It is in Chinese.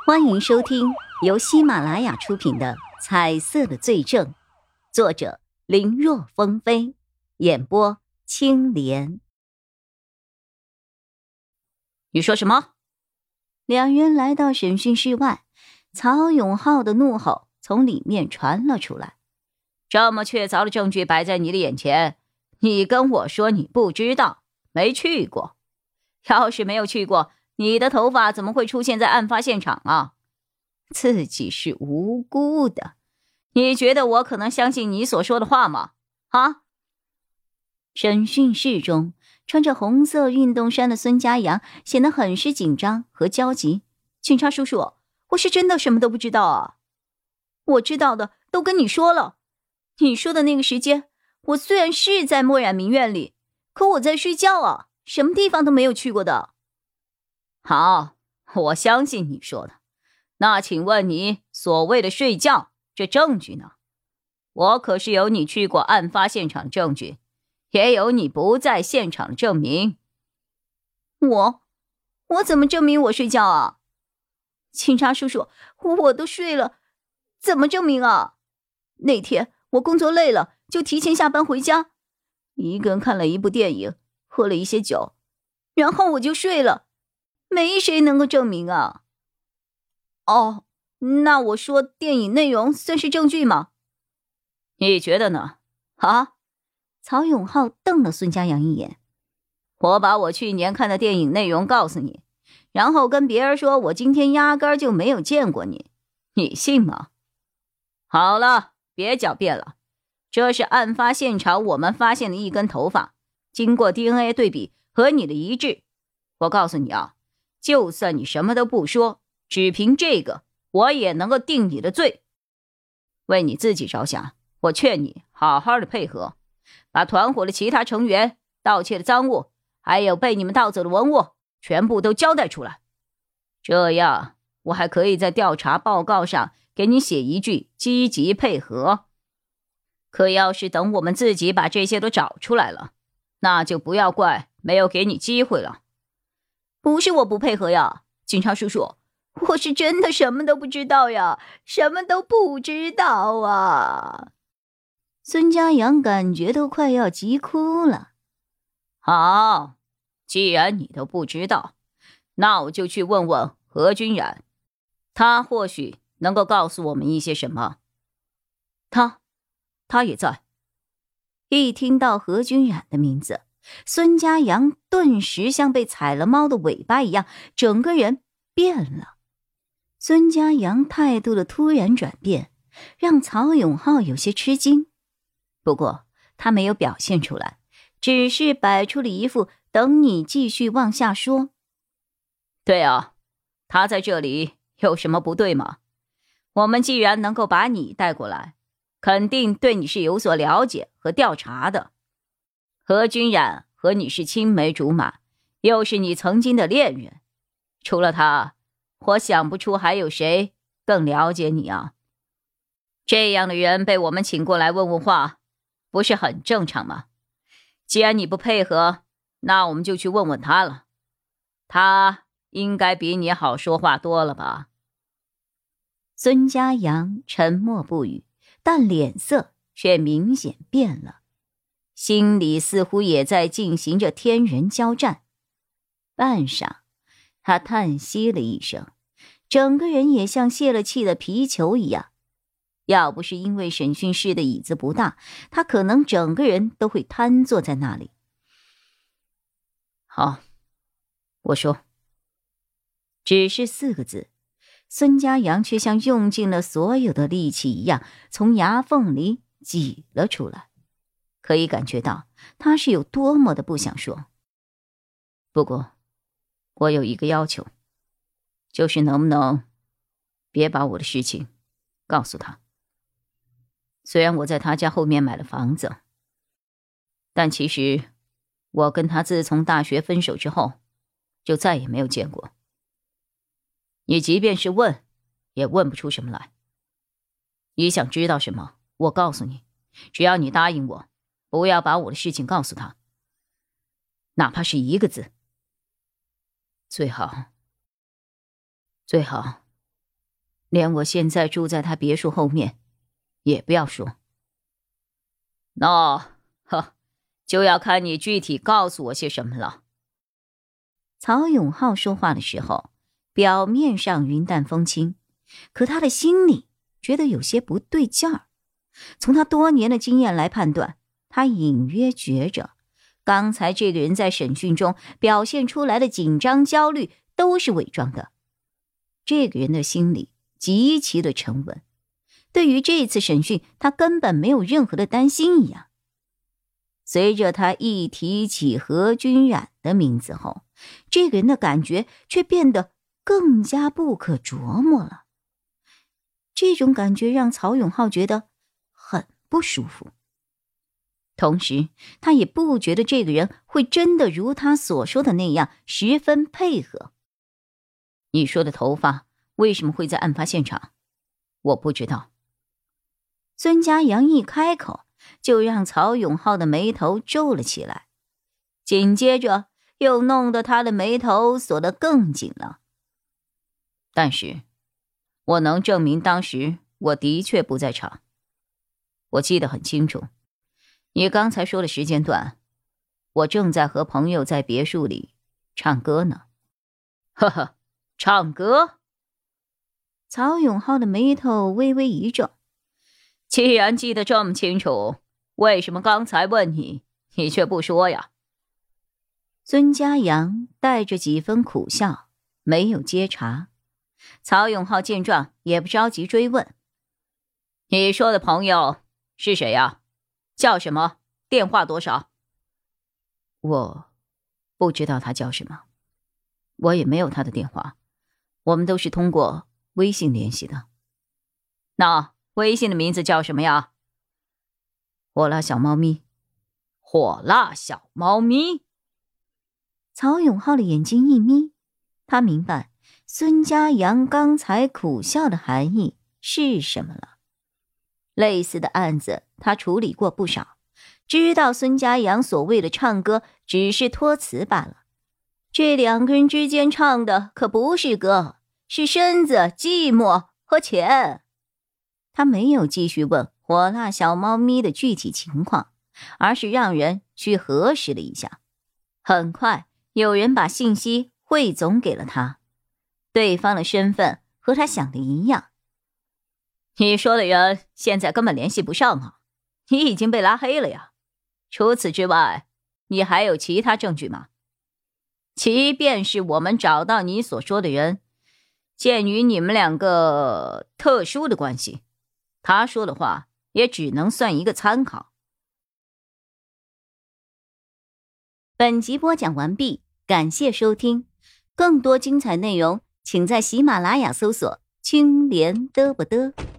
欢迎收听由喜马拉雅出品的《彩色的罪证》，作者林若风飞，演播青莲。 你说什么？ 两人来到审讯室外，曹永浩的怒吼从里面传了出来。 这么确凿的证据摆在你的眼前，你跟我说你不知道，没去过。要是没有去过，你的头发怎么会出现在案发现场啊？自己是无辜的，你觉得我可能相信你所说的话吗？啊？ 审讯室中，穿着红色运动衫的孙家阳显得很是紧张和焦急。警察叔叔，我是真的什么都不知道啊。我知道的都跟你说了。你说的那个时间，我虽然是在墨染名院里，可我在睡觉啊，什么地方都没有去过的。 好，我相信你说的。那请问你所谓的睡觉，这证据呢？我可是有你去过案发现场的证据，也有你不在现场的证明。 我怎么证明我睡觉啊？警察叔叔，我都睡了，怎么证明啊？那天我工作累了，就提前下班回家，一个人看了一部电影，喝了一些酒，然后我就睡了，没谁能够证明啊。哦，那我说电影内容算是证据吗？ 你觉得呢？啊？ 曹永浩瞪了孙家阳一眼。 我把我去年看的电影内容告诉你，然后跟别人说我今天压根儿就没有见过你，你信吗？好了，别狡辩了。这是案发现场我们发现的一根头发，经过 DNA 对比和你的一致。我告诉你啊，就算你什么都不说，只凭这个，我也能够定你的罪。为你自己着想，我劝你好好的配合，把团伙的其他成员、盗窃的赃物，还有被你们盗走的文物，全部都交代出来。这样，我还可以在调查报告上给你写一句积极配合。可要是等我们自己把这些都找出来了，那就不要怪没有给你机会了。 不是我不配合呀，警察叔叔，我是真的什么都不知道呀，什么都不知道啊。孙家阳感觉都快要急哭了。 好，既然你都不知道，那我就去问问何君然，他或许能够告诉我们一些什么。他也在。 一听到何君然的名字，孙家阳顿时像被踩了猫的尾巴一样，整个人变了。孙家阳态度的突然转变，让曹永浩有些吃惊。不过他没有表现出来，只是摆出了一副等你继续往下说。 对啊，他在这里有什么不对吗？我们既然能够把你带过来，肯定对你是有所了解和调查的。何君然和你是青梅竹马，又是你曾经的恋人，除了他，我想不出还有谁更了解你啊。这样的人被我们请过来问问话，不是很正常吗？既然你不配合，那我们就去问问他了。他应该比你好说话多了吧？ 孙家阳沉默不语，但脸色却明显变了，心里似乎也在进行着天人交战。半晌，他叹息了一声，整个人也像泄了气的皮球一样。要不是因为审讯室的椅子不大，他可能整个人都会瘫坐在那里。 好，我说。 只是4个字，孙家阳却像用尽了所有的力气一样，从牙缝里挤了出来。可以感觉到他是有多么的不想说。 不过，我有一个要求，就是能不能别把我的事情告诉他。虽然我在他家后面买了房子，但其实我跟他自从大学分手之后，就再也没有见过。你即便是问，也问不出什么来。你想知道什么，我告诉你，只要你答应我，不要把我的事情告诉他，哪怕是1个字。最好连我现在住在他别墅后面也不要说。就要看你具体告诉我些什么了。 曹永浩说话的时候，表面上云淡风轻，可他的心里觉得有些不对劲儿。从他多年的经验来判断，他隐约觉着刚才这个人在审讯中表现出来的紧张焦虑都是伪装的。这个人的心里极其的沉稳，对于这次审讯他根本没有任何的担心一样。随着他一提起何君染的名字后，这个人的感觉却变得更加不可琢磨了。这种感觉让曹永浩觉得很不舒服，同时他也不觉得这个人会真的如他所说的那样十分配合。你说的头发为什么会在案发现场？我不知道。孙家阳一开口，就让曹永浩的眉头皱了起来，紧接着又弄得他的眉头锁得更紧了。 但是我能证明当时我的确不在场。我记得很清楚，你刚才说的时间段，我正在和朋友在别墅里唱歌呢。呵呵，唱歌？ 曹永浩的眉头微微一皱。 既然记得这么清楚，为什么刚才问你，你却不说呀？ 孙家阳带着几分苦笑，没有接茬。 曹永浩见状也不着急追问。你说的朋友是谁呀？叫什么？电话多少？ 我不知道他叫什么，我也没有他的电话，我们都是通过微信联系的。 那微信的名字叫什么呀？ 火辣小猫咪。 火辣小猫咪。 曹永浩的眼睛一眯，他明白孙家阳刚才苦笑的含义是什么了。类似的案子他处理过不少，知道孙家阳所谓的唱歌只是托词罢了。这两个人之间唱的可不是歌，是身子、寂寞和钱。他没有继续问火辣小猫咪的具体情况，而是让人去核实了一下。很快有人把信息汇总给了他，对方的身份和他想的一样。 你说的人现在根本联系不上啊，你已经被拉黑了呀。除此之外，你还有其他证据吗？即便是我们找到你所说的人，鉴于你们两个特殊的关系，他说的话也只能算一个参考。 本集播讲完毕，感谢收听。更多精彩内容，请在喜马拉雅搜索青莲嘚不嘚。